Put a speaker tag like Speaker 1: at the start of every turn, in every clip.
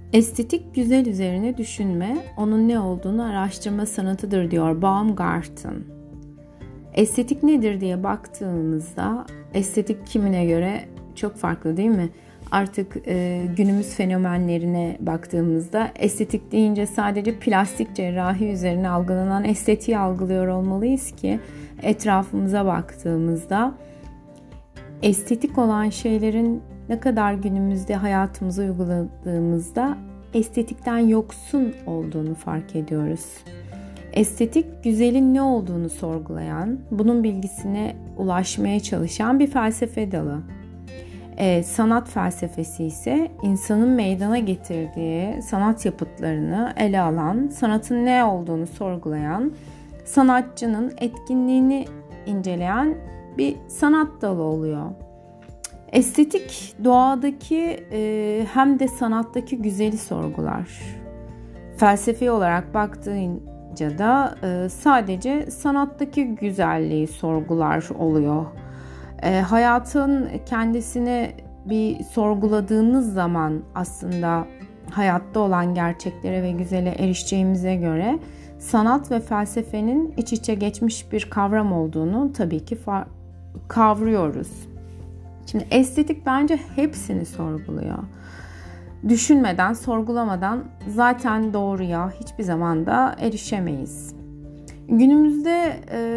Speaker 1: Estetik güzel üzerine düşünme, onun ne olduğunu araştırma sanatıdır diyor Baumgarten. Estetik nedir diye baktığımızda estetik kimine göre çok farklı değil mi? Artık günümüz fenomenlerine baktığımızda estetik deyince sadece plastik cerrahi üzerine algılanan estetiği algılıyor olmalıyız ki etrafımıza baktığımızda estetik olan şeylerin ne kadar günümüzde hayatımıza uyguladığımızda estetikten yoksun olduğunu fark ediyoruz. Estetik, güzelin ne olduğunu sorgulayan, bunun bilgisine ulaşmaya çalışan bir felsefe dalı. Sanat felsefesi ise insanın meydana getirdiği sanat yapıtlarını ele alan, sanatın ne olduğunu sorgulayan, sanatçının etkinliğini inceleyen bir sanat dalı oluyor. Estetik doğadaki hem de sanattaki güzeli sorgular. Felsefi olarak baktığınca da sadece sanattaki güzelliği sorgular oluyor. Hayatın kendisini bir sorguladığınız zaman aslında hayatta olan gerçeklere ve güzele erişeceğimize göre sanat ve felsefenin iç içe geçmiş bir kavram olduğunu tabii ki kavruyoruz. Şimdi estetik bence hepsini sorguluyor. Düşünmeden, sorgulamadan zaten doğruya hiçbir zaman da erişemeyiz. Günümüzde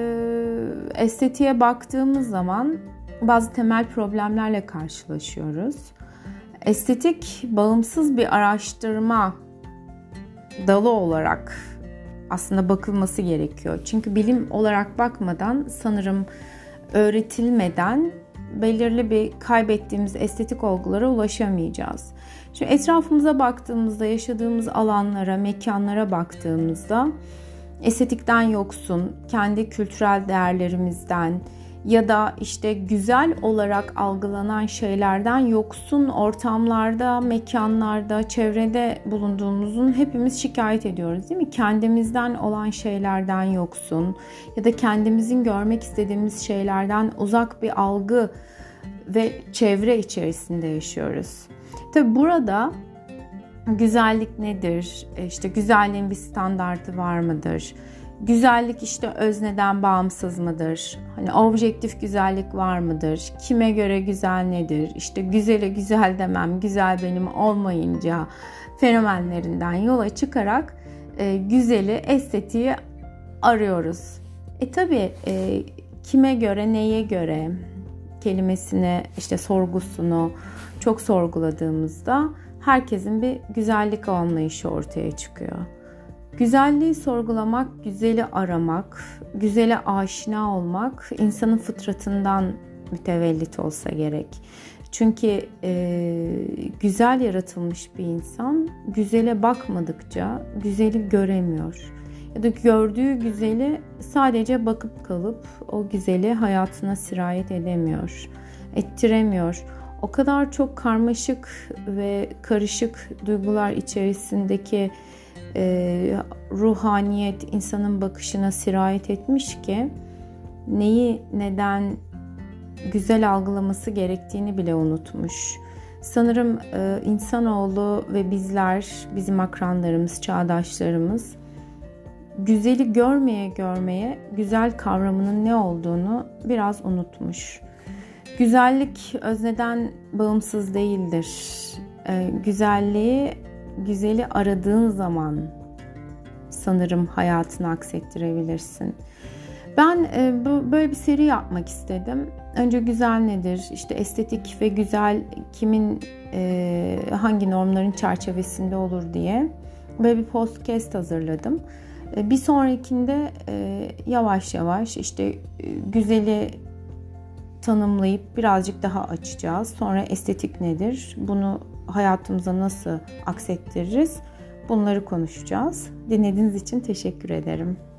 Speaker 1: estetiğe baktığımız zaman bazı temel problemlerle karşılaşıyoruz. Estetik bağımsız bir araştırma dalı olarak aslında bakılması gerekiyor. Çünkü bilim olarak bakmadan sanırım öğretilmeden belirli bir kaybettiğimiz estetik olgulara ulaşamayacağız. Şimdi etrafımıza baktığımızda, yaşadığımız alanlara, mekanlara baktığımızda estetikten yoksun, kendi kültürel değerlerimizden ya da işte güzel olarak algılanan şeylerden yoksun ortamlarda, mekanlarda, çevrede bulunduğumuzun hepimiz şikayet ediyoruz değil mi? Kendimizden olan şeylerden yoksun ya da kendimizin görmek istediğimiz şeylerden uzak bir algı ve çevre içerisinde yaşıyoruz. Tabii burada güzellik nedir? İşte güzelliğin bir standartı var mıdır? Güzellik işte özneden bağımsız mıdır? Hani objektif güzellik var mıdır? Kime göre güzel nedir? İşte güzele güzel demem, güzel benim olmayınca fenomenlerinden yola çıkarak güzeli, estetiği arıyoruz. Tabii kime göre, neye göre kelimesini, işte sorgusunu çok sorguladığımızda herkesin bir güzellik anlayışı ortaya çıkıyor. Güzelliği sorgulamak, güzeli aramak, güzele aşina olmak insanın fıtratından mütevellit olsa gerek. Çünkü güzel yaratılmış bir insan güzele bakmadıkça güzeli göremiyor. Ya da gördüğü güzeli sadece bakıp kalıp o güzeli hayatına sirayet edemiyor, ettiremiyor. O kadar çok karmaşık ve karışık duygular içerisindeki ruhaniyet insanın bakışına sirayet etmiş ki neyi neden güzel algılaması gerektiğini bile unutmuş. Sanırım insanoğlu ve bizler, bizim akranlarımız, çağdaşlarımız güzeli görmeye güzel kavramının ne olduğunu biraz unutmuş. Güzellik özneden bağımsız değildir. Güzeli aradığın zaman sanırım hayatını aksettirebilirsin. Ben böyle bir seri yapmak istedim. Önce güzel nedir? İşte estetik ve güzel kimin hangi normların çerçevesinde olur diye böyle bir podcast hazırladım. Bir sonrakinde yavaş yavaş işte güzeli tanımlayıp birazcık daha açacağız. Sonra estetik nedir? Bunu hayatımıza nasıl aksettiririz? Bunları konuşacağız. Dinlediğiniz için teşekkür ederim.